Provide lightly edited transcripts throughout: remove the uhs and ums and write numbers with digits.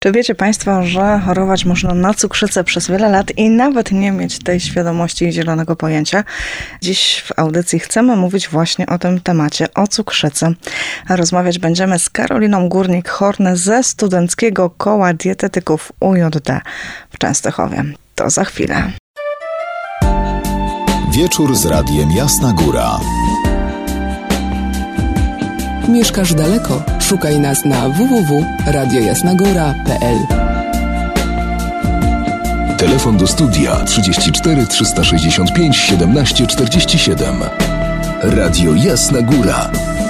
Czy wiecie Państwo, że chorować można na cukrzycę przez wiele lat i nawet nie mieć tej świadomości i zielonego pojęcia? Dziś w audycji chcemy mówić właśnie o tym temacie, o cukrzycy. Rozmawiać będziemy z Karoliną Górnik-Horny ze Studenckiego Koła Dietetyków UJD w Częstochowie. To za chwilę. Wieczór z Radiem Jasna Góra. Mieszkasz daleko? Szukaj nas na www.radiojasnagora.pl. Telefon do studia 34 365 17 47. Radio Jasna Góra.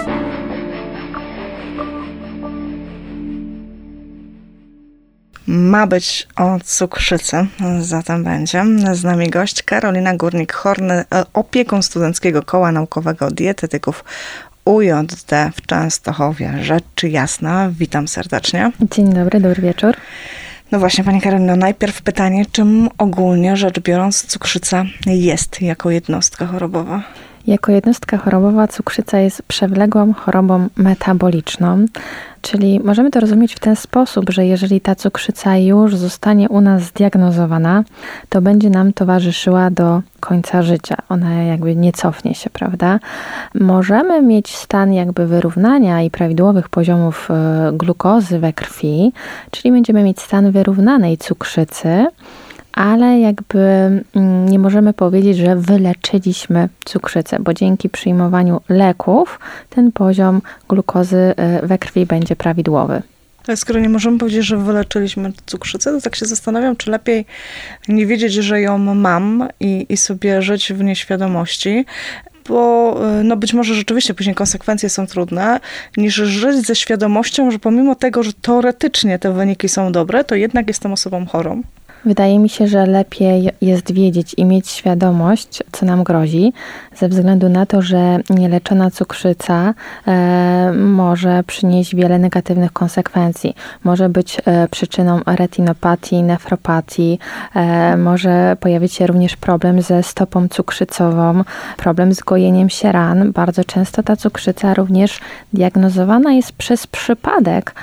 Ma być o cukrzycy, zatem będzie z nami gość Karolina Górnik-Horny, opiekun Studenckiego Koła Naukowego Dietetyków UJD w Częstochowie. Rzecz jasna. Witam serdecznie. Dzień dobry, dobry wieczór. No właśnie, Pani Karolino, najpierw pytanie, czym ogólnie rzecz biorąc cukrzyca jest jako jednostka chorobowa? Jako jednostka chorobowa cukrzyca jest przewlekłą chorobą metaboliczną, czyli możemy to rozumieć w ten sposób, że jeżeli ta cukrzyca już zostanie u nas zdiagnozowana, to będzie nam towarzyszyła do końca życia. Ona jakby nie cofnie się, prawda? Możemy mieć stan jakby wyrównania i prawidłowych poziomów glukozy we krwi, czyli będziemy mieć stan wyrównanej cukrzycy, ale jakby nie możemy powiedzieć, że wyleczyliśmy cukrzycę, bo dzięki przyjmowaniu leków ten poziom glukozy we krwi będzie prawidłowy. Ale skoro nie możemy powiedzieć, że wyleczyliśmy cukrzycę, to tak się zastanawiam, czy lepiej nie wiedzieć, że ją mam i sobie żyć w nieświadomości, bo no być może rzeczywiście później konsekwencje są trudne, niż żyć ze świadomością, że pomimo tego, że teoretycznie te wyniki są dobre, to jednak jestem osobą chorą. Wydaje mi się, że lepiej jest wiedzieć i mieć świadomość, co nam grozi, ze względu na to, że nieleczona cukrzyca może przynieść wiele negatywnych konsekwencji. Może być przyczyną retinopatii, nefropatii, może pojawić się również problem ze stopą cukrzycową, problem z gojeniem się ran. Bardzo często ta cukrzyca również diagnozowana jest przez przypadek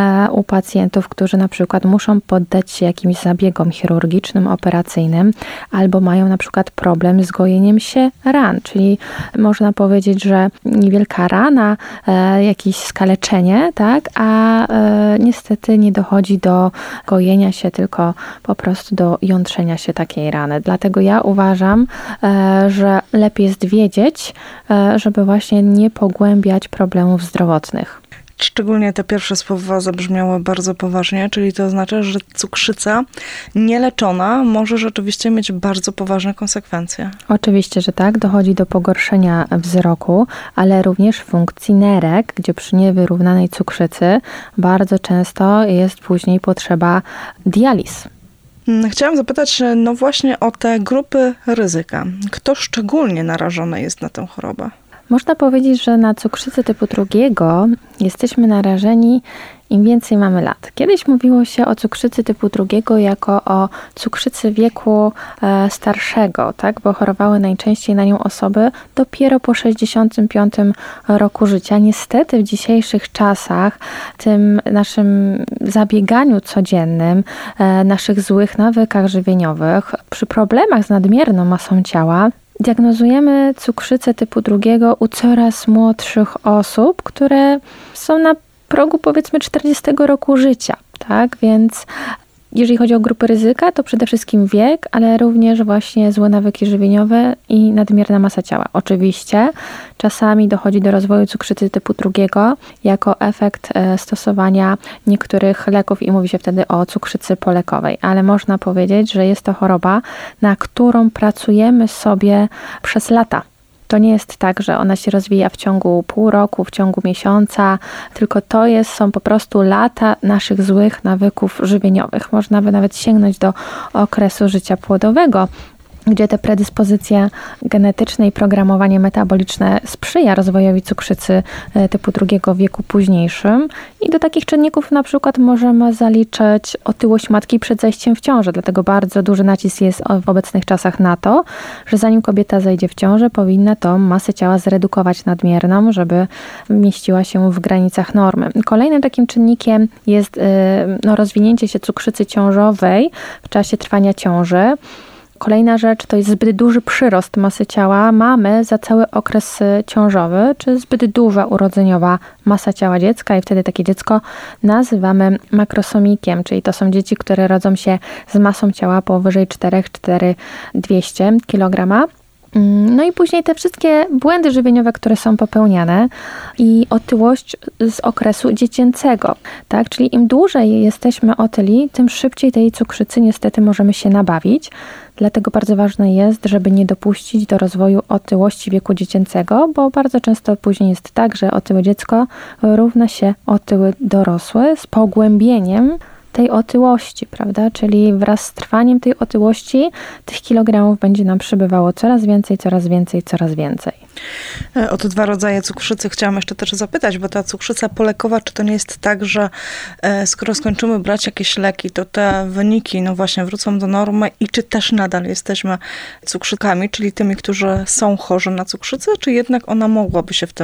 u pacjentów, którzy na przykład muszą poddać się jakimś zabiegom chirurgicznym, operacyjnym, albo mają na przykład problem z gojeniem się ran, czyli można powiedzieć, że niewielka rana, jakieś skaleczenie, tak, a niestety nie dochodzi do gojenia się, tylko po prostu do jątrzenia się takiej rany. Dlatego ja uważam, że lepiej jest wiedzieć, żeby właśnie nie pogłębiać problemów zdrowotnych. Szczególnie te pierwsze słowa zabrzmiały bardzo poważnie, czyli to oznacza, że cukrzyca nieleczona może rzeczywiście mieć bardzo poważne konsekwencje. Oczywiście, że tak. Dochodzi do pogorszenia wzroku, ale również funkcji nerek, gdzie przy niewyrównanej cukrzycy bardzo często jest później potrzeba dializ. Chciałam zapytać no właśnie o te grupy ryzyka. Kto szczególnie narażony jest na tę chorobę? Można powiedzieć, że na cukrzycę typu 2 jesteśmy narażeni im więcej mamy lat. Kiedyś mówiło się o cukrzycy typu 2 jako o cukrzycy wieku starszego, tak? Bo chorowały najczęściej na nią osoby dopiero po 65 roku życia. Niestety w dzisiejszych czasach, tym naszym zabieganiu codziennym, naszych złych nawykach żywieniowych, przy problemach z nadmierną masą ciała, diagnozujemy cukrzycę typu 2 u coraz młodszych osób, które są na progu powiedzmy 40 roku życia, tak? Więc jeżeli chodzi o grupy ryzyka, to przede wszystkim wiek, ale również właśnie złe nawyki żywieniowe i nadmierna masa ciała. Oczywiście czasami dochodzi do rozwoju cukrzycy typu 2 jako efekt stosowania niektórych leków i mówi się wtedy o cukrzycy polekowej, ale można powiedzieć, że jest to choroba, na którą pracujemy sobie przez lata. To nie jest tak, że ona się rozwija w ciągu pół roku, w ciągu miesiąca, tylko są po prostu lata naszych złych nawyków żywieniowych. Można by nawet sięgnąć do okresu życia płodowego. gdzie te predyspozycje genetyczne i programowanie metaboliczne sprzyja rozwojowi cukrzycy typu 2 w wieku późniejszym. I do takich czynników na przykład możemy zaliczyć otyłość matki przed zajściem w ciążę. Dlatego bardzo duży nacisk jest w obecnych czasach na to, że zanim kobieta zajdzie w ciążę, powinna tą masę ciała zredukować nadmierną, żeby mieściła się w granicach normy. Kolejnym takim czynnikiem jest rozwinięcie się cukrzycy ciążowej w czasie trwania ciąży. Kolejna rzecz to jest zbyt duży przyrost masy ciała mamy za cały okres ciążowy, czy zbyt duża urodzeniowa masa ciała dziecka i wtedy takie dziecko nazywamy makrosomikiem, czyli to są dzieci, które rodzą się z masą ciała powyżej 4,200 kg. No i później te wszystkie błędy żywieniowe, które są popełniane i otyłość z okresu dziecięcego, tak? Czyli im dłużej jesteśmy otyli, tym szybciej tej cukrzycy niestety możemy się nabawić. Dlatego bardzo ważne jest, żeby nie dopuścić do rozwoju otyłości wieku dziecięcego, bo bardzo często później jest tak, że otyłe dziecko równa się otyły dorosły z pogłębieniem tej otyłości, prawda? Czyli wraz z trwaniem tej otyłości tych kilogramów będzie nam przybywało coraz więcej, coraz więcej, coraz więcej. O te 2 rodzaje cukrzycy chciałam jeszcze też zapytać, bo ta cukrzyca polekowa, czy to nie jest tak, że skoro skończymy brać jakieś leki, to te wyniki, no właśnie, wrócą do normy i czy też nadal jesteśmy cukrzykami, czyli tymi, którzy są chorzy na cukrzycę, czy jednak ona mogłaby się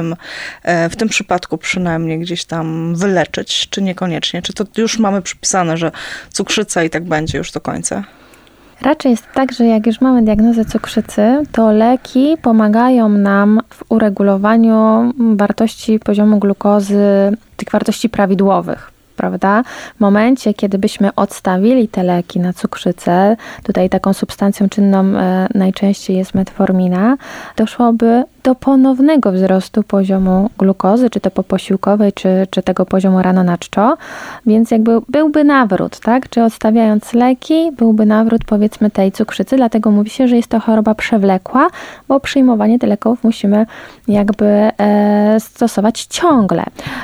w tym przypadku przynajmniej gdzieś tam wyleczyć, czy niekoniecznie? Czy to już mamy przypisane, że cukrzyca i tak będzie już do końca? Raczej jest tak, że jak już mamy diagnozę cukrzycy, to leki pomagają nam w uregulowaniu wartości poziomu glukozy, tych wartości prawidłowych, prawda? W momencie, kiedy byśmy odstawili te leki na cukrzycę, tutaj taką substancją czynną najczęściej jest metformina, doszłoby do ponownego wzrostu poziomu glukozy, czy to poposiłkowej, czy tego poziomu rano na czczo, więc jakby byłby nawrót, tak? Czy odstawiając leki, byłby nawrót powiedzmy tej cukrzycy, dlatego mówi się, że jest to choroba przewlekła, bo przyjmowanie tych leków musimy jakby stosować ciągle.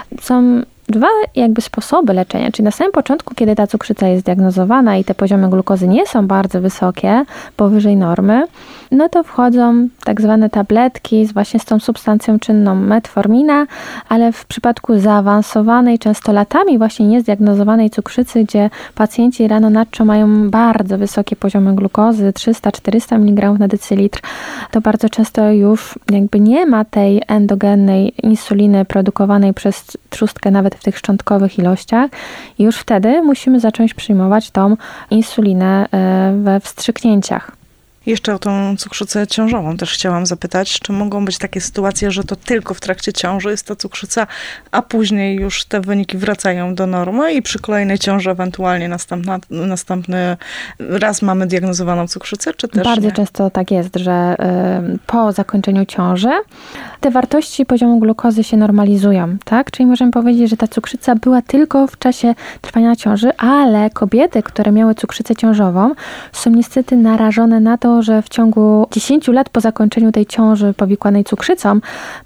Są 2 jakby sposoby leczenia, czyli na samym początku, kiedy ta cukrzyca jest diagnozowana i te poziomy glukozy nie są bardzo wysokie, powyżej normy, no to wchodzą tak zwane tabletki właśnie z tą substancją czynną metformina, ale w przypadku zaawansowanej, często latami właśnie niezdiagnozowanej cukrzycy, gdzie pacjenci rano na czczo mają bardzo wysokie poziomy glukozy, 300-400 mg na decylitr, to bardzo często już jakby nie ma tej endogennej insuliny produkowanej przez trzustkę nawet w tych szczątkowych ilościach i już wtedy musimy zacząć przyjmować tą insulinę we wstrzyknięciach. Jeszcze o tą cukrzycę ciążową też chciałam zapytać, czy mogą być takie sytuacje, że to tylko w trakcie ciąży jest ta cukrzyca, a później już te wyniki wracają do normy i przy kolejnej ciąży ewentualnie następny raz mamy diagnozowaną cukrzycę, czy też Bardzo nie? często tak jest, że po zakończeniu ciąży te wartości poziomu glukozy się normalizują, tak? Czyli możemy powiedzieć, że ta cukrzyca była tylko w czasie trwania ciąży, ale kobiety, które miały cukrzycę ciążową, są niestety narażone na to, że w ciągu 10 lat po zakończeniu tej ciąży powikłanej cukrzycą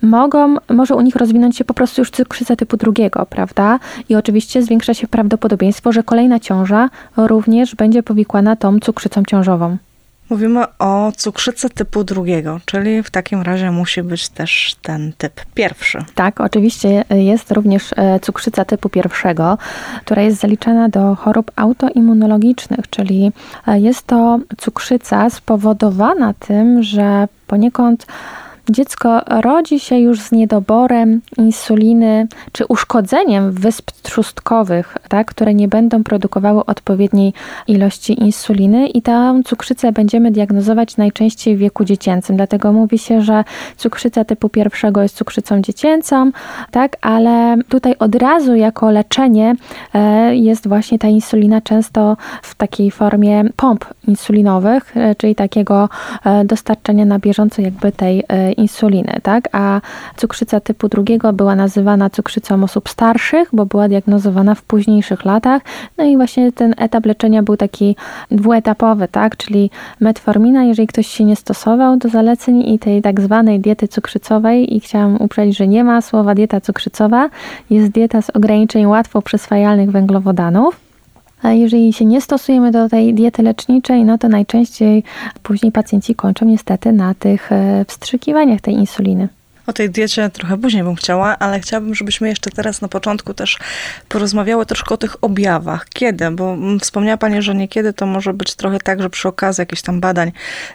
może u nich rozwinąć się po prostu już cukrzyca typu 2, prawda? I oczywiście zwiększa się prawdopodobieństwo, że kolejna ciąża również będzie powikłana tą cukrzycą ciążową. Mówimy o cukrzycy typu 2, czyli w takim razie musi być też ten typ 1. Tak, oczywiście jest również cukrzyca typu 1, która jest zaliczana do chorób autoimmunologicznych, czyli jest to cukrzyca spowodowana tym, że poniekąd dziecko rodzi się już z niedoborem insuliny, czy uszkodzeniem wysp trzustkowych, tak, które nie będą produkowały odpowiedniej ilości insuliny i tę cukrzycę będziemy diagnozować najczęściej w wieku dziecięcym. Dlatego mówi się, że cukrzyca typu 1 jest cukrzycą dziecięcą, tak, ale tutaj od razu jako leczenie jest właśnie ta insulina często w takiej formie pomp insulinowych, czyli takiego dostarczania na bieżąco jakby tej insuliny, tak? A cukrzyca typu 2 była nazywana cukrzycą osób starszych, bo była diagnozowana w późniejszych latach. No i właśnie ten etap leczenia był taki dwuetapowy, tak? Czyli metformina, jeżeli ktoś się nie stosował do zaleceń i tej tak zwanej diety cukrzycowej i chciałam uprzedzić, że nie ma słowa dieta cukrzycowa, jest dieta z ograniczeń łatwo przyswajalnych węglowodanów. Jeżeli się nie stosujemy do tej diety leczniczej, no to najczęściej później pacjenci kończą niestety na tych wstrzykiwaniach tej insuliny. O tej diecie trochę później bym chciała, ale chciałabym, żebyśmy jeszcze teraz na początku też porozmawiały troszkę o tych objawach. Kiedy? Bo wspomniała Pani, że niekiedy to może być trochę tak, że przy okazji jakichś tam badań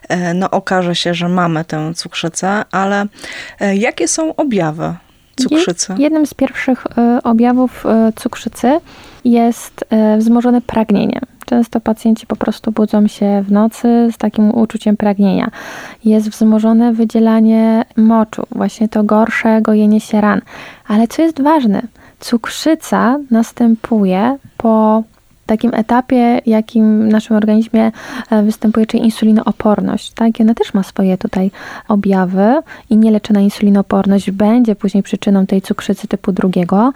okaże się, że mamy tę cukrzycę, ale jakie są objawy cukrzycy? Jednym z pierwszych objawów cukrzycy jest wzmożone pragnienie. Często pacjenci po prostu budzą się w nocy z takim uczuciem pragnienia. Jest wzmożone wydzielanie moczu, właśnie to gorsze gojenie się ran. Ale co jest ważne, cukrzyca następuje po takim etapie, jakim w naszym organizmie występuje, czyli insulinooporność. Tak? I ona też ma swoje tutaj objawy i nieleczona insulinooporność będzie później przyczyną tej cukrzycy typu 2,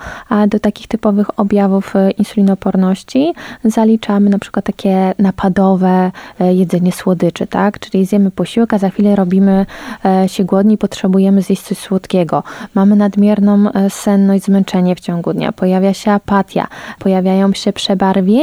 a do takich typowych objawów insulinooporności zaliczamy na przykład takie napadowe jedzenie słodyczy, tak? Czyli zjemy posiłek, a za chwilę robimy się głodni, potrzebujemy zjeść coś słodkiego. Mamy nadmierną senność, zmęczenie w ciągu dnia, pojawia się apatia, pojawiają się przebarwienia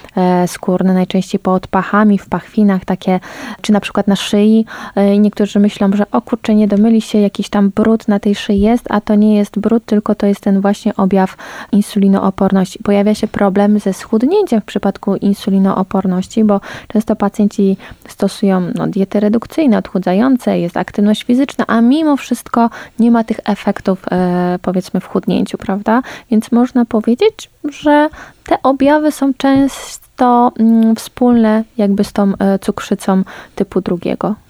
skórne, najczęściej pod pachami, w pachwinach takie, czy na przykład na szyi. Niektórzy myślą, że o kurczę, nie domyli się, jakiś tam brud na tej szyi jest, a to nie jest brud, tylko to jest ten właśnie objaw insulinooporności. Pojawia się problem ze schudnięciem w przypadku insulinooporności, bo często pacjenci stosują diety redukcyjne, odchudzające, jest aktywność fizyczna, a mimo wszystko nie ma tych efektów, powiedzmy, w chudnięciu, prawda? Więc można powiedzieć, że te objawy są często wspólne jakby z tą cukrzycą typu 2.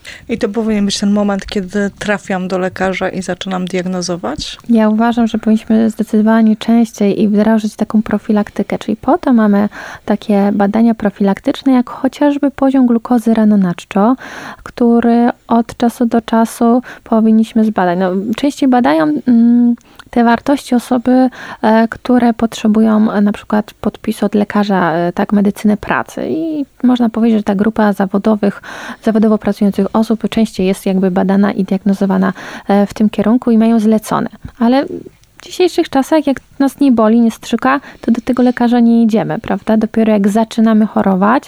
I to powinien być ten moment, kiedy trafiam do lekarza i zaczynam diagnozować? Ja uważam, że powinniśmy zdecydowanie częściej i wdrożyć taką profilaktykę, czyli po to mamy takie badania profilaktyczne, jak chociażby poziom glukozy rano na czczo, który od czasu do czasu powinniśmy zbadać. Częściej badają te wartości osoby, które potrzebują na przykład podpisu od lekarza, tak, medycyny pracy. I można powiedzieć, że ta grupa zawodowo pracujących osób częściej jest jakby badana i diagnozowana w tym kierunku i mają zlecone. Ale w dzisiejszych czasach, jak nas nie boli, nie strzyka, to do tego lekarza nie idziemy, prawda? Dopiero jak zaczynamy chorować,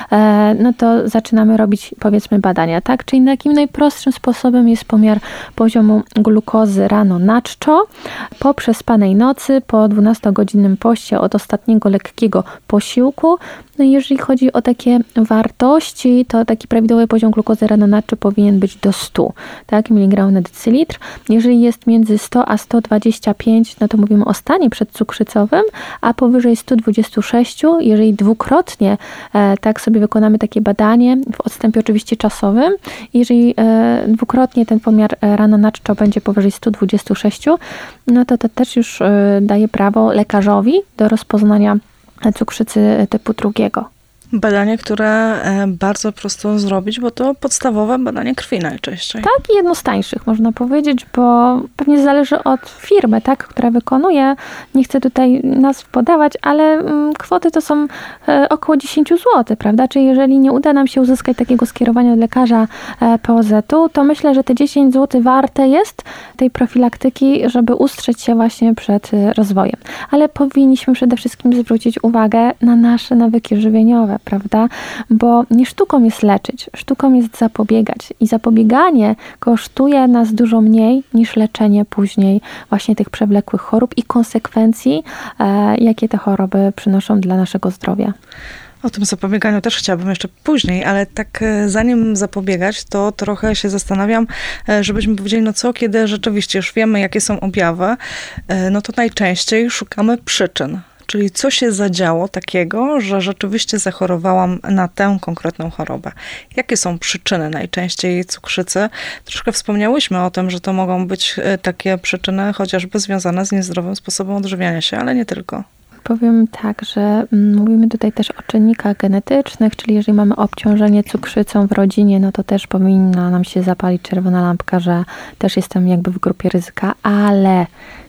no to zaczynamy robić, powiedzmy, badania, tak? Czyli takim najprostszym sposobem jest pomiar poziomu glukozy rano na czczo, po przespanej nocy, po 12-godzinnym poście od ostatniego lekkiego posiłku. No i jeżeli chodzi o takie wartości, to taki prawidłowy poziom glukozy rano na czczo powinien być do 100, tak? Miligram na decylitr. Jeżeli jest między 100 a 125, no to mówimy o stanie przedcukrzycowym, a powyżej 126, jeżeli dwukrotnie tak sobie wykonamy takie badanie, w odstępie oczywiście czasowym, jeżeli dwukrotnie ten pomiar rano na czczo będzie powyżej 126, no to też już daje prawo lekarzowi do rozpoznania cukrzycy typu 2. Badanie, które bardzo prosto zrobić, bo to podstawowe badanie krwi najczęściej. Tak, i jedno z tańszych, można powiedzieć, bo pewnie zależy od firmy, tak, która wykonuje. Nie chcę tutaj nazw podawać, ale kwoty to są około 10 zł, prawda? Czyli jeżeli nie uda nam się uzyskać takiego skierowania od lekarza POZ-u, to myślę, że te 10 zł warte jest tej profilaktyki, żeby ustrzec się właśnie przed rozwojem. Ale powinniśmy przede wszystkim zwrócić uwagę na nasze nawyki żywieniowe, prawda? Bo nie sztuką jest leczyć, sztuką jest zapobiegać i zapobieganie kosztuje nas dużo mniej niż leczenie później właśnie tych przewlekłych chorób i konsekwencji, jakie te choroby przynoszą dla naszego zdrowia. O tym zapobieganiu też chciałabym jeszcze później, ale tak zanim zapobiegać, to trochę się zastanawiam, żebyśmy powiedzieli, kiedy rzeczywiście już wiemy, jakie są objawy, no to najczęściej szukamy przyczyn. Czyli co się zadziało takiego, że rzeczywiście zachorowałam na tę konkretną chorobę. Jakie są przyczyny najczęściej cukrzycy? Troszkę wspomniałyśmy o tym, że to mogą być takie przyczyny chociażby związane z niezdrowym sposobem odżywiania się, ale nie tylko. Powiem tak, że mówimy tutaj też o czynnikach genetycznych, czyli jeżeli mamy obciążenie cukrzycą w rodzinie, no to też powinna nam się zapalić czerwona lampka, że też jestem jakby w grupie ryzyka, ale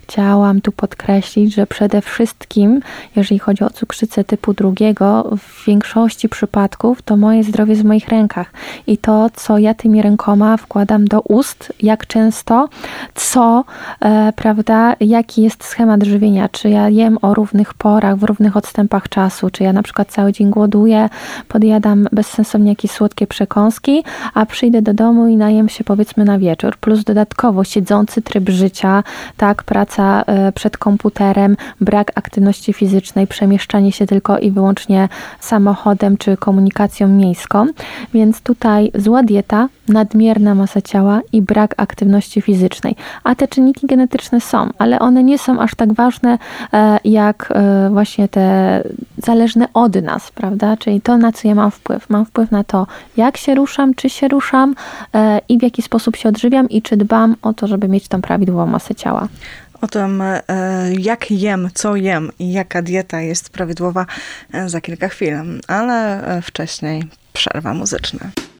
chciałam tu podkreślić, że przede wszystkim, jeżeli chodzi o cukrzycę typu 2, w większości przypadków to moje zdrowie jest w moich rękach. I to, co ja tymi rękoma wkładam do ust, jak często, prawda, jaki jest schemat żywienia, czy ja jem o równych porach, w równych odstępach czasu, czy ja na przykład cały dzień głoduję, podjadam bezsensownie jakieś słodkie przekąski, a przyjdę do domu i najem się powiedzmy na wieczór, plus dodatkowo siedzący tryb życia, tak, praca przed komputerem, brak aktywności fizycznej, przemieszczanie się tylko i wyłącznie samochodem czy komunikacją miejską, więc tutaj zła dieta, nadmierna masa ciała i brak aktywności fizycznej. A te czynniki genetyczne są, ale one nie są aż tak ważne jak właśnie te zależne od nas, prawda? Czyli to, na co ja mam wpływ. Mam wpływ na to, jak się ruszam, czy się ruszam i w jaki sposób się odżywiam i czy dbam o to, żeby mieć tą prawidłową masę ciała. O tym, jak jem, co jem i jaka dieta jest prawidłowa, za kilka chwil, ale wcześniej przerwa muzyczna.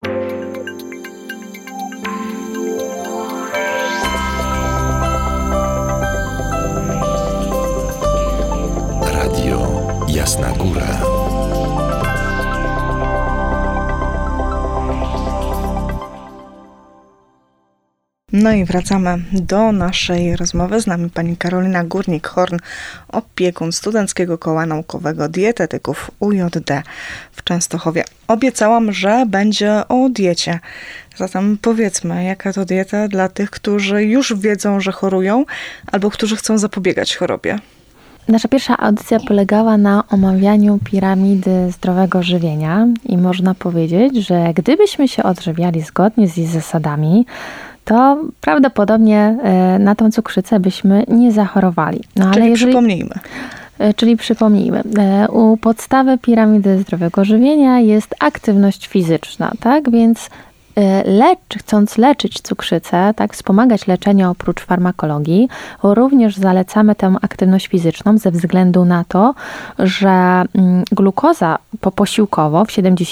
Radio Jasna Góra. No i wracamy do naszej rozmowy. Z nami pani Karolina Górnik-Horn, opiekun Studenckiego Koła Naukowego Dietetyków UJD w Częstochowie. Obiecałam, że będzie o diecie. Zatem powiedzmy, jaka to dieta dla tych, którzy już wiedzą, że chorują, albo którzy chcą zapobiegać chorobie. Nasza pierwsza audycja polegała na omawianiu piramidy zdrowego żywienia i można powiedzieć, że gdybyśmy się odżywiali zgodnie z jej zasadami, to prawdopodobnie na tą cukrzycę byśmy nie zachorowali. No, ale przypomnijmy. Czyli przypomnijmy, u podstawy piramidy zdrowego żywienia jest aktywność fizyczna, tak? Więc chcąc leczyć cukrzycę, tak, wspomagać leczenie oprócz farmakologii, również zalecamy tę aktywność fizyczną ze względu na to, że glukoza poposiłkowo w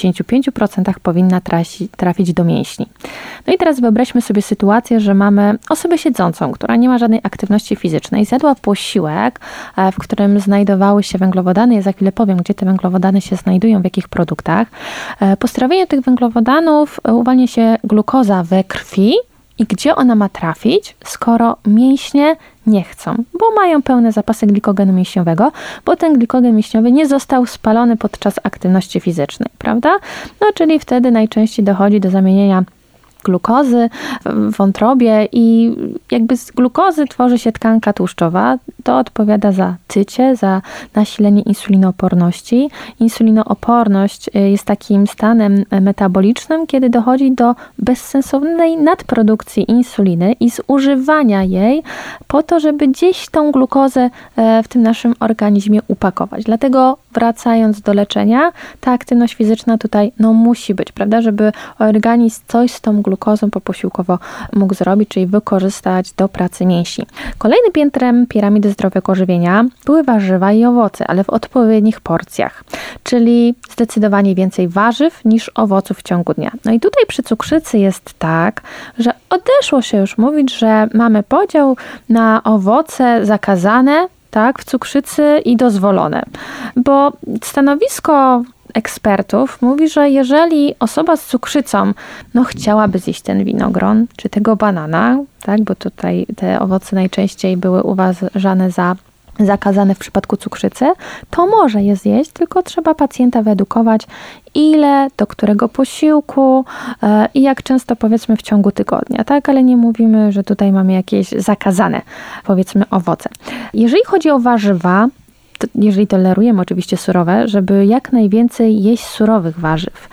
75% powinna trafić do mięśni. No i teraz wyobraźmy sobie sytuację, że mamy osobę siedzącą, która nie ma żadnej aktywności fizycznej, zjadła posiłek, w którym znajdowały się węglowodany. Ja za chwilę powiem, gdzie te węglowodany się znajdują, w jakich produktach. Po strawieniu tych węglowodanów uwalnia się glukoza we krwi i gdzie ona ma trafić, skoro mięśnie nie chcą, bo mają pełne zapasy glikogenu mięśniowego, bo ten glikogen mięśniowy nie został spalony podczas aktywności fizycznej, prawda? No czyli wtedy najczęściej dochodzi do zamienienia glukozy w wątrobie i jakby z glukozy tworzy się tkanka tłuszczowa. To odpowiada za tycie, za nasilenie insulinooporności. Insulinooporność jest takim stanem metabolicznym, kiedy dochodzi do bezsensownej nadprodukcji insuliny i zużywania jej po to, żeby gdzieś tą glukozę w tym naszym organizmie upakować. Dlatego wracając do leczenia, ta aktywność fizyczna tutaj musi być, prawda, żeby organizm coś z tą glukozą poposiłkowo mógł zrobić, czyli wykorzystać do pracy mięśni. Kolejnym piętrem piramidy zdrowego żywienia były warzywa i owoce, ale w odpowiednich porcjach, czyli zdecydowanie więcej warzyw niż owoców w ciągu dnia. No i tutaj przy cukrzycy jest tak, że odeszło się już mówić, że mamy podział na owoce zakazane, tak, w cukrzycy i dozwolone, bo stanowisko ekspertów mówi, że jeżeli osoba z cukrzycą chciałaby zjeść ten winogron czy tego banana, tak, bo tutaj te owoce najczęściej były uważane za zakazane w przypadku cukrzycy, to może je zjeść, tylko trzeba pacjenta wyedukować, ile, do którego posiłku i jak często, powiedzmy, w ciągu tygodnia, tak? Ale nie mówimy, że tutaj mamy jakieś zakazane, powiedzmy, owoce. Jeżeli chodzi o warzywa, jeżeli tolerujemy oczywiście surowe, żeby jak najwięcej jeść surowych warzyw.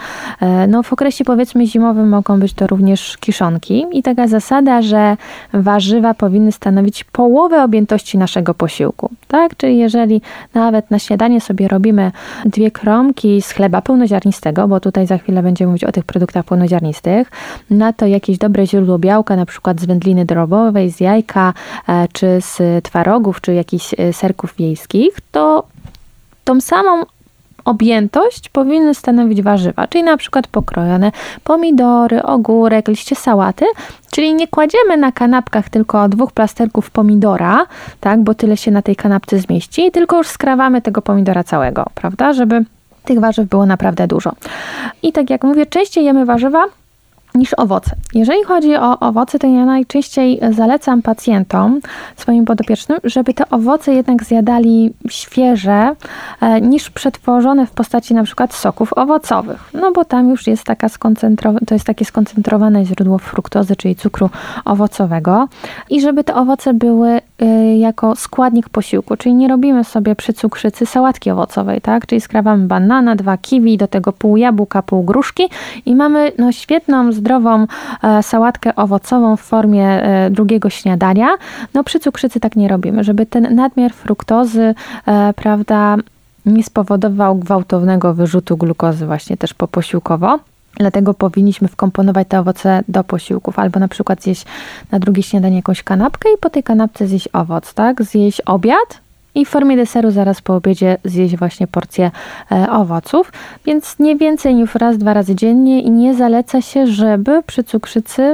W okresie, powiedzmy, zimowym mogą być to również kiszonki i taka zasada, że warzywa powinny stanowić połowę objętości naszego posiłku, tak? Czyli jeżeli nawet na śniadanie sobie robimy 2 kromki z chleba pełnoziarnistego, bo tutaj za chwilę będziemy mówić o tych produktach pełnoziarnistych, na to jakieś dobre źródło białka, na przykład z wędliny drobowej, z jajka, czy z twarogów, czy jakichś serków wiejskich, to tą samą objętość powinny stanowić warzywa, czyli na przykład pokrojone pomidory, ogórek, liście sałaty, czyli nie kładziemy na kanapkach tylko 2 plasterków pomidora, tak, bo tyle się na tej kanapce zmieści, tylko już skrawamy tego pomidora całego, prawda, żeby tych warzyw było naprawdę dużo. I tak jak mówię, częściej jemy warzywa niż owoce. Jeżeli chodzi o owoce, to ja najczęściej zalecam pacjentom, swoim podopiecznym, żeby te owoce jednak zjadali świeże, niż przetworzone w postaci na przykład soków owocowych. No bo tam już jest to jest takie skoncentrowane źródło fruktozy, czyli cukru owocowego. I żeby te owoce były jako składnik posiłku, czyli nie robimy sobie przy cukrzycy sałatki owocowej, tak? Czyli skrawamy banana, 2 kiwi, do tego pół jabłka, pół gruszki i mamy świetną, zdrową sałatkę owocową w formie drugiego śniadania. No przy cukrzycy tak nie robimy, żeby ten nadmiar fruktozy, prawda, nie spowodował gwałtownego wyrzutu glukozy właśnie też poposiłkowo. Dlatego powinniśmy wkomponować te owoce do posiłków, albo na przykład zjeść na drugie śniadanie jakąś kanapkę i po tej kanapce zjeść owoc, tak? Zjeść obiad i w formie deseru zaraz po obiedzie zjeść właśnie porcję owoców, więc nie więcej niż raz, 2 razy dziennie i nie zaleca się, żeby przy cukrzycy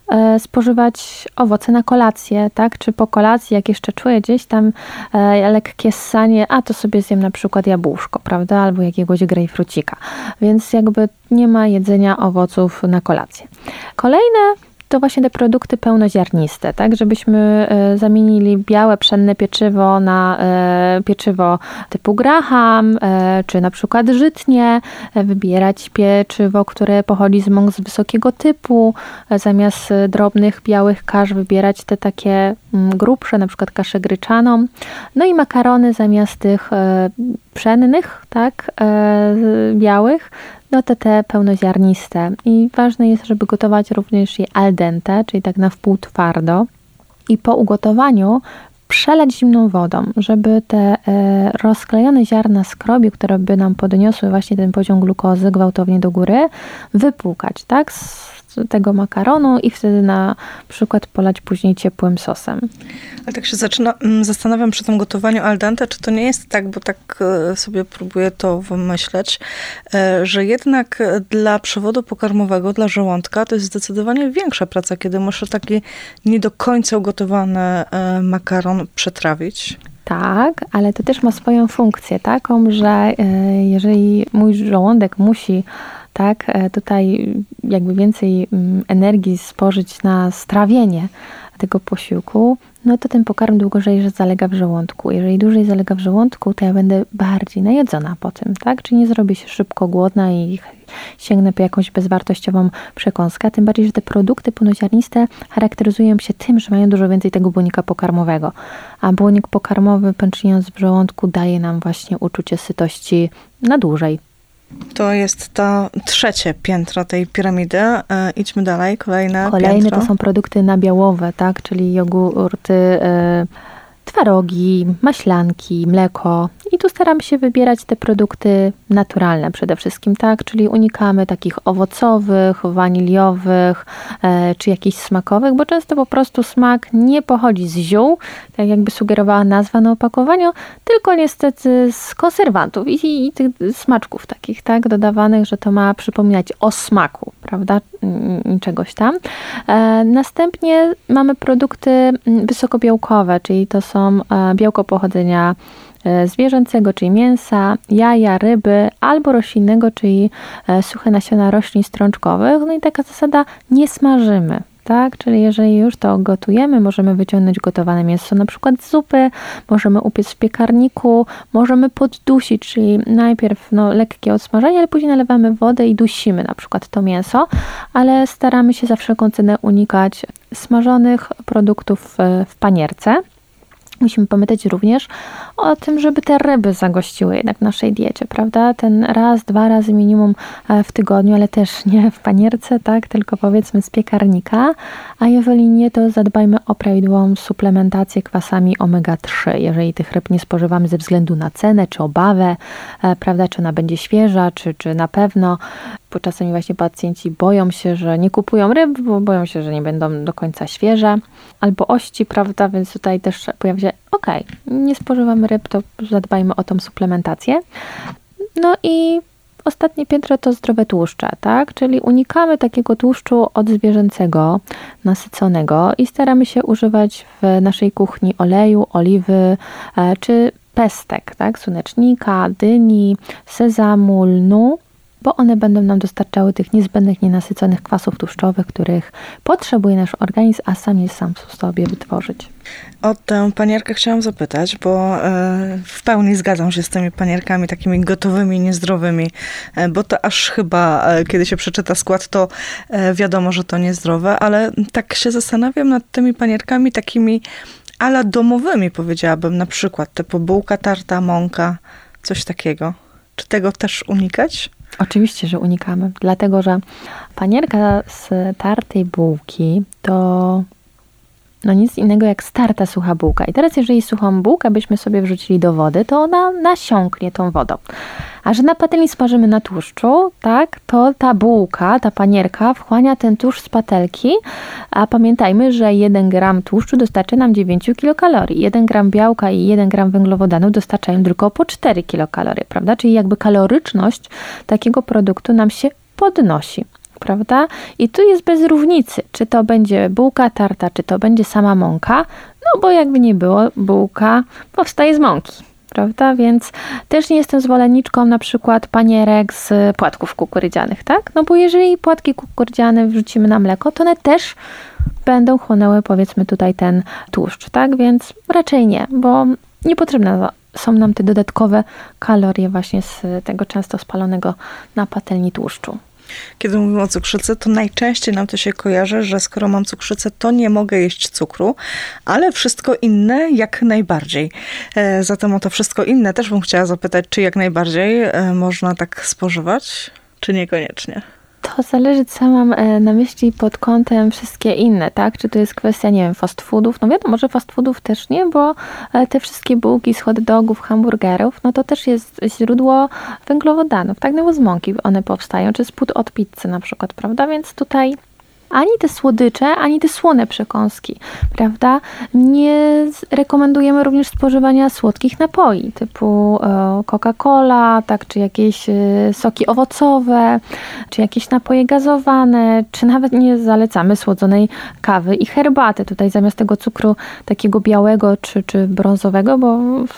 spożywać owoce na kolację, tak? Czy po kolacji, jak jeszcze czuję gdzieś tam lekkie ssanie, to sobie zjem na przykład jabłuszko, prawda? Albo jakiegoś grejpfrucika. Więc jakby nie ma jedzenia owoców na kolację. Kolejne to właśnie te produkty pełnoziarniste, tak, żebyśmy zamienili białe, pszenne pieczywo na pieczywo typu Graham, czy na przykład żytnie, wybierać pieczywo, które pochodzi z mąk z wysokiego typu, zamiast drobnych, białych kasz wybierać te takie grubsze, na przykład kaszę gryczaną, no i makarony zamiast tych pszennych, tak, białych, no to te pełnoziarniste. I ważne jest, żeby gotować również je al dente, czyli tak na wpół twardo. I po ugotowaniu przelać zimną wodą, żeby te rozklejone ziarna skrobi, które by nam podniosły właśnie ten poziom glukozy gwałtownie do góry, wypłukać, tak, z tego makaronu i wtedy na przykład polać później ciepłym sosem. Ale tak się zastanawiam przy tym gotowaniu al dente, czy to nie jest tak, bo tak sobie próbuję to wymyśleć, że jednak dla przewodu pokarmowego, dla żołądka to jest zdecydowanie większa praca, kiedy muszę taki nie do końca ugotowany makaron przetrawić. Tak, ale to też ma swoją funkcję taką, że jeżeli mój żołądek musi tutaj jakby więcej energii spożyć na strawienie tego posiłku, no to ten pokarm dłużej zalega w żołądku. Jeżeli dłużej zalega w żołądku, to ja będę bardziej najedzona po tym, tak? Czyli nie zrobię się szybko głodna i sięgnę po jakąś bezwartościową przekąskę. Tym bardziej, że te produkty pełnoziarniste charakteryzują się tym, że mają dużo więcej tego błonnika pokarmowego. A błonik pokarmowy, pęczniejąc w żołądku, daje nam właśnie uczucie sytości na dłużej. To jest to 3. piętro tej piramidy. Idźmy dalej. Kolejne piętro to są produkty nabiałowe, tak? Czyli jogurty, twarogi, maślanki, mleko. I tu staramy się wybierać te produkty naturalne przede wszystkim, tak? Czyli unikamy takich owocowych, waniliowych, czy jakichś smakowych, bo często po prostu smak nie pochodzi z ziół, tak jakby sugerowała nazwa na opakowaniu, tylko niestety z konserwantów i tych smaczków takich, tak? Dodawanych, że to ma przypominać o smaku, prawda? Czegoś tam. Następnie mamy produkty wysokobiałkowe, czyli to są białko pochodzenia zwierzęcego, czyli mięsa, jaja, ryby, albo roślinnego, czyli suche nasiona roślin strączkowych. No i taka zasada, nie smażymy. Tak? Czyli jeżeli już to gotujemy, możemy wyciągnąć gotowane mięso na przykład z zupy, możemy upiec w piekarniku, możemy poddusić, czyli najpierw lekkie odsmażenie, ale później nalewamy wodę i dusimy na przykład to mięso, ale staramy się za wszelką cenę unikać smażonych produktów w panierce. Musimy pamiętać również o tym, żeby te ryby zagościły jednak w naszej diecie, prawda? Ten raz, 2 razy minimum w tygodniu, ale też nie w panierce, tak? Tylko powiedzmy z piekarnika. A jeżeli nie, to zadbajmy o prawidłową suplementację kwasami omega-3. Jeżeli tych ryb nie spożywamy ze względu na cenę, czy obawę, prawda? Czy ona będzie świeża, czy na pewno. Bo czasami właśnie pacjenci boją się, że nie kupują ryb, bo boją się, że nie będą do końca świeże. Albo ości, prawda? Więc tutaj też pojawia się, nie spożywamy ryb, to zadbajmy o tą suplementację. No i ostatnie piętro to zdrowe tłuszcze, tak? Czyli unikamy takiego tłuszczu odzwierzęcego, nasyconego i staramy się używać w naszej kuchni oleju, oliwy czy pestek, tak? Słonecznika, dyni, sezamu, lnu, bo one będą nam dostarczały tych niezbędnych, nienasyconych kwasów tłuszczowych, których potrzebuje nasz organizm, a sam nie sam sobie wytworzyć. O tę panierkę chciałam zapytać, bo w pełni zgadzam się z tymi panierkami takimi gotowymi, niezdrowymi, bo to aż chyba, kiedy się przeczyta skład, to wiadomo, że to niezdrowe, ale tak się zastanawiam nad tymi panierkami takimi ala domowymi, powiedziałabym, na przykład typu bułka tarta, mąka, coś takiego. Czy tego też unikać? Oczywiście, że unikamy, dlatego że panierka z tartej bułki to nic innego jak starta sucha bułka. I teraz jeżeli suchą bułkę byśmy sobie wrzucili do wody, to ona nasiąknie tą wodą. A że na patelni smażymy na tłuszczu, tak, to ta bułka, ta panierka wchłania ten tłuszcz z patelki, a pamiętajmy, że 1 gram tłuszczu dostarczy nam 9 kilokalorii. 1 gram białka i 1 gram węglowodanów dostarczają tylko po 4 kilokalorie, prawda? Czyli jakby kaloryczność takiego produktu nam się podnosi. Prawda? I tu jest bez różnicy, czy to będzie bułka tarta, czy to będzie sama mąka, no bo jakby nie było, bułka powstaje z mąki, prawda? Więc też nie jestem zwolenniczką na przykład panierek z płatków kukurydzianych, tak? No bo jeżeli płatki kukurydziane wrzucimy na mleko, to one też będą chłonęły, powiedzmy, tutaj ten tłuszcz, tak? Więc raczej nie, bo niepotrzebne są nam te dodatkowe kalorie właśnie z tego często spalonego na patelni tłuszczu. Kiedy mówimy o cukrzycy, to najczęściej nam to się kojarzy, że skoro mam cukrzycę, to nie mogę jeść cukru, ale wszystko inne jak najbardziej. Zatem o to wszystko inne też bym chciała zapytać, czy jak najbardziej można tak spożywać, czy niekoniecznie? To zależy, co mam na myśli pod kątem wszystkie inne, tak? Czy to jest kwestia, nie wiem, fast foodów? No wiadomo, że fast foodów też nie, bo te wszystkie bułki z hot dogów, hamburgerów, no to też jest źródło węglowodanów, tak? No bo z mąki one powstają, czy z płód od pizzy na przykład, prawda? Więc tutaj ani te słodycze, ani te słone przekąski, prawda? Nie rekomendujemy również spożywania słodkich napoi, typu Coca-Cola, tak, czy jakieś soki owocowe, czy jakieś napoje gazowane, czy nawet nie zalecamy słodzonej kawy i herbaty. Tutaj zamiast tego cukru takiego białego, czy brązowego, bo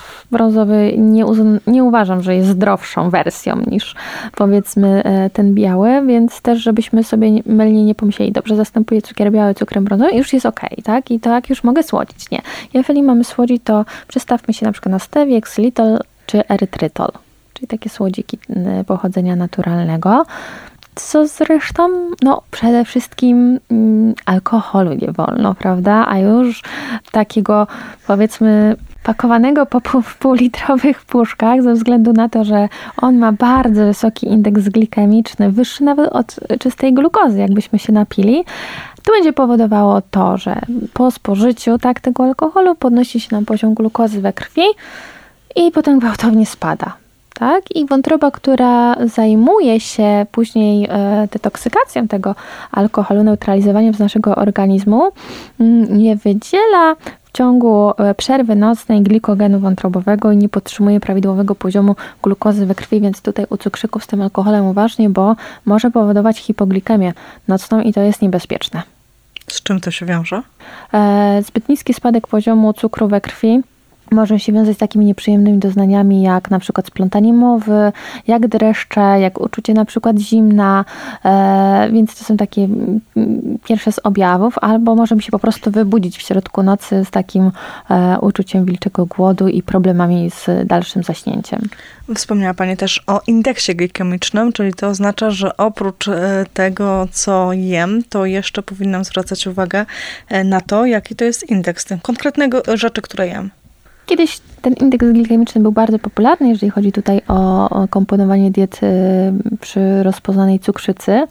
brązowy nie uważam, że jest zdrowszą wersją niż, powiedzmy, ten biały, więc też żebyśmy sobie mylnie nie pomyśleli, dobrze, zastępuję cukier biały cukrem brązowym i już jest okej, tak? I tak już mogę słodzić. Nie. Jeżeli mamy słodzić, to przestawmy się na przykład na stevia, xylitol czy erytrytol, czyli takie słodziki pochodzenia naturalnego. Co zresztą, no przede wszystkim alkoholu nie wolno, prawda? A już takiego, powiedzmy, pakowanego po półlitrowych puszkach, ze względu na to, że on ma bardzo wysoki indeks glikemiczny, wyższy nawet od czystej glukozy, jakbyśmy się napili, to będzie powodowało to, że po spożyciu tego alkoholu podnosi się nam poziom glukozy we krwi i potem gwałtownie spada. Tak? I wątroba, która zajmuje się później detoksykacją tego alkoholu, neutralizowaniem z naszego organizmu, nie wydziela w ciągu przerwy nocnej glikogenu wątrobowego i nie podtrzymuje prawidłowego poziomu glukozy we krwi, więc tutaj u cukrzyków z tym alkoholem uważnie, bo może powodować hipoglikemię nocną i to jest niebezpieczne. Z czym to się wiąże? Zbyt niski spadek poziomu cukru we krwi może się wiązać z takimi nieprzyjemnymi doznaniami, jak na przykład splątanie mowy, jak dreszcze, jak uczucie na przykład zimna, więc to są takie pierwsze z objawów, albo możemy się po prostu wybudzić w środku nocy z takim uczuciem wilczego głodu i problemami z dalszym zaśnięciem. Wspomniała Pani też o indeksie glikemicznym, czyli to oznacza, że oprócz tego, co jem, to jeszcze powinnam zwracać uwagę na to, jaki to jest indeks konkretnego rzeczy, które jem. Kiedyś ten indeks glikemiczny był bardzo popularny, jeżeli chodzi tutaj o komponowanie diety przy rozpoznanej cukrzycy.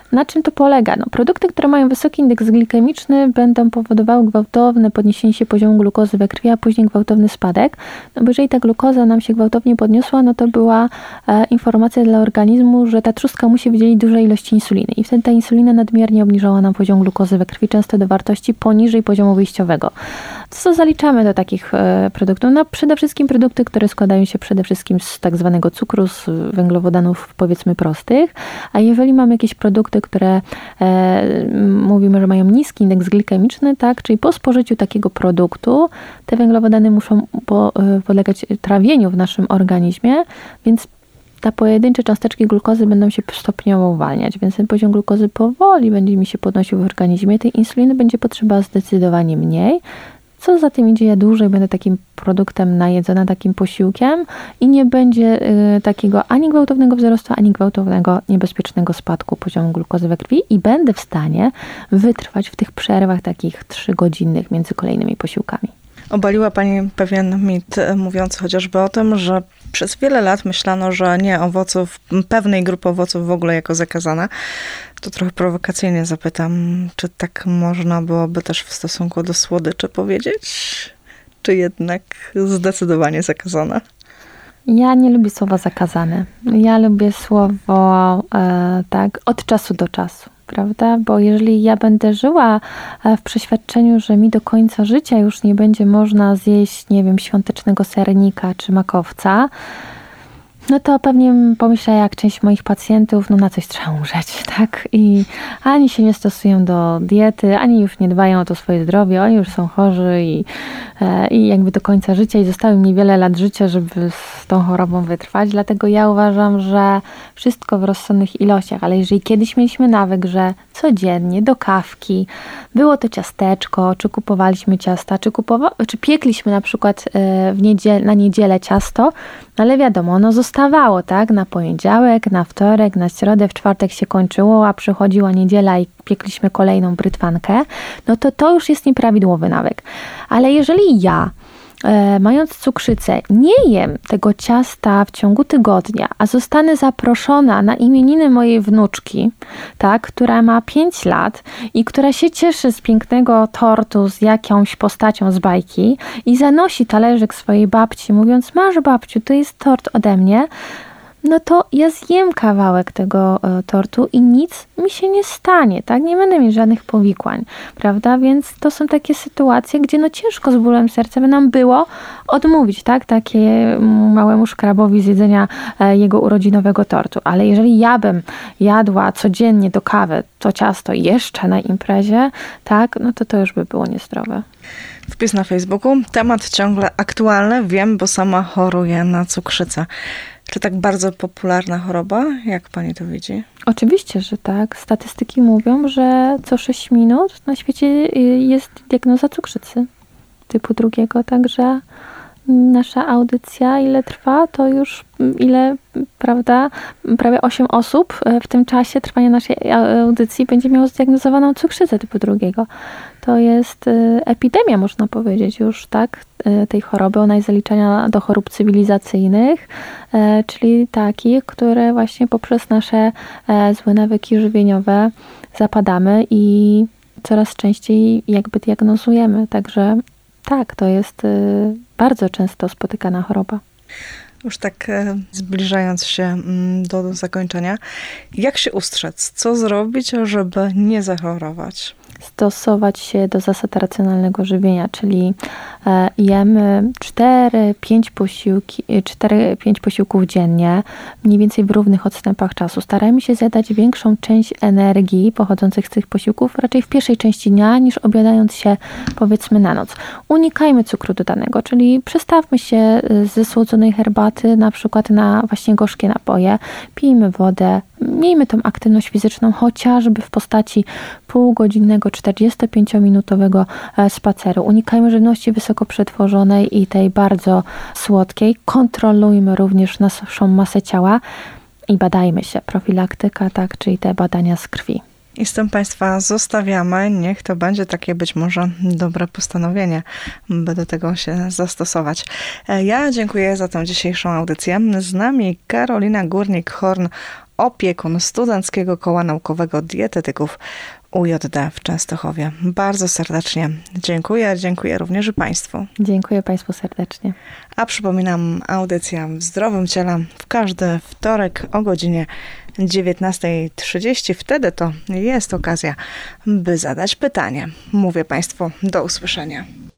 Na czym to polega? Produkty, które mają wysoki indeks glikemiczny, będą powodowały gwałtowne podniesienie się poziomu glukozy we krwi, a później gwałtowny spadek. Bo jeżeli ta glukoza nam się gwałtownie podniosła, to była informacja dla organizmu, że ta trzustka musi wydzielić duże ilości insuliny. I wtedy ta insulina nadmiernie obniżała nam poziom glukozy we krwi, często do wartości poniżej poziomu wyjściowego. Co zaliczamy do takich produktów? Przede wszystkim produkty, które składają się przede wszystkim z tak zwanego cukru, z węglowodanów powiedzmy prostych, a jeżeli mamy jakieś produkty, które mówimy, że mają niski indeks glikemiczny, tak, czyli po spożyciu takiego produktu te węglowodany muszą podlegać trawieniu w naszym organizmie, więc te pojedyncze cząsteczki glukozy będą się stopniowo uwalniać, więc ten poziom glukozy powoli będzie mi się podnosił w organizmie. Tej insuliny będzie potrzeba zdecydowanie mniej. Co za tym idzie, ja dłużej będę takim produktem najedzona, takim posiłkiem i nie będzie takiego ani gwałtownego wzrostu, ani gwałtownego, niebezpiecznego spadku poziomu glukozy we krwi i będę w stanie wytrwać w tych przerwach takich 3-godzinnych między kolejnymi posiłkami. Obaliła Pani pewien mit, mówiąc chociażby o tym, że przez wiele lat myślano, że nie owoców, pewnej grupy owoców w ogóle jako zakazane. To trochę prowokacyjnie zapytam, czy tak można byłoby też w stosunku do słodyczy powiedzieć? Czy jednak zdecydowanie zakazane? Ja nie lubię słowa zakazane. Ja lubię słowo tak od czasu do czasu. Prawda? Bo jeżeli ja będę żyła w przeświadczeniu, że mi do końca życia już nie będzie można zjeść, nie wiem, świątecznego sernika czy makowca, to pewnie pomyślę, jak część moich pacjentów, na coś trzeba umrzeć, tak? I ani się nie stosują do diety, ani już nie dbają o to swoje zdrowie, oni już są chorzy i jakby do końca życia i zostało im niewiele lat życia, żeby z tą chorobą wytrwać. Dlatego ja uważam, że wszystko w rozsądnych ilościach, ale jeżeli kiedyś mieliśmy nawyk, że codziennie do kawki było to ciasteczko, czy kupowaliśmy ciasta, czy piekliśmy na przykład na niedzielę ciasto, ale wiadomo, ono zostawało, tak? Na poniedziałek, na wtorek, na środę, w czwartek się kończyło, a przychodziła niedziela i piekliśmy kolejną brytwankę, to już jest nieprawidłowy nawyk. Ale jeżeli ja, mając cukrzycę, nie jem tego ciasta w ciągu tygodnia, a zostanę zaproszona na imieniny mojej wnuczki, tak, która ma 5 lat i która się cieszy z pięknego tortu z jakąś postacią z bajki i zanosi talerzyk swojej babci, mówiąc: masz babciu, to jest tort ode mnie, to ja zjem kawałek tego tortu i nic mi się nie stanie, tak? Nie będę mieć żadnych powikłań, prawda? Więc to są takie sytuacje, gdzie ciężko z bólem serca by nam było odmówić, tak? Takiemu małemu szkrabowi z jedzenia jego urodzinowego tortu. Ale jeżeli ja bym jadła codziennie do kawy to ciasto jeszcze na imprezie, tak? To już by było niezdrowe. Wpis na Facebooku. Temat ciągle aktualny, wiem, bo sama choruję na cukrzycę. Czy tak bardzo popularna choroba? Jak pani to widzi? Oczywiście, że tak. Statystyki mówią, że co 6 minut na świecie jest diagnoza cukrzycy typu 2. Także nasza audycja, ile trwa, to już prawda, prawie 8 osób w tym czasie trwania naszej audycji będzie miało zdiagnozowaną cukrzycę typu 2. To jest epidemia, można powiedzieć już, tak, tej choroby. Ona jest zaliczana do chorób cywilizacyjnych, czyli takich, które właśnie poprzez nasze złe nawyki żywieniowe zapadamy i coraz częściej jakby diagnozujemy. Także tak, to jest bardzo często spotykana choroba. Już tak zbliżając się do zakończenia, jak się ustrzec? Co zrobić, żeby nie zachorować? Stosować się do zasad racjonalnego żywienia, czyli jemy 4-5 posiłków dziennie, mniej więcej w równych odstępach czasu. Starajmy się zjadać większą część energii pochodzących z tych posiłków raczej w pierwszej części dnia, niż obiadając się powiedzmy na noc. Unikajmy cukru dodanego, czyli przestawmy się ze słodzonej herbaty na przykład na właśnie gorzkie napoje, pijmy wodę, miejmy tą aktywność fizyczną chociażby w postaci półgodzinnego, 45-minutowego spaceru. Unikajmy żywności wysoko przetworzonej i tej bardzo słodkiej. Kontrolujmy również naszą masę ciała i badajmy się. Profilaktyka, tak, czyli te badania z krwi. I z tym Państwa zostawiamy. Niech to będzie takie być może dobre postanowienie, by do tego się zastosować. Ja dziękuję za tę dzisiejszą audycję. Z nami Karolina Górnik-Horn, opiekun Studenckiego Koła Naukowego Dietetyków UJD w Częstochowie. Bardzo serdecznie dziękuję. Dziękuję również Państwu. Dziękuję Państwu serdecznie. A przypominam, audycja w zdrowym ciele w każdy wtorek o godzinie 19:30. Wtedy to jest okazja, by zadać pytanie. Mówię Państwu do usłyszenia.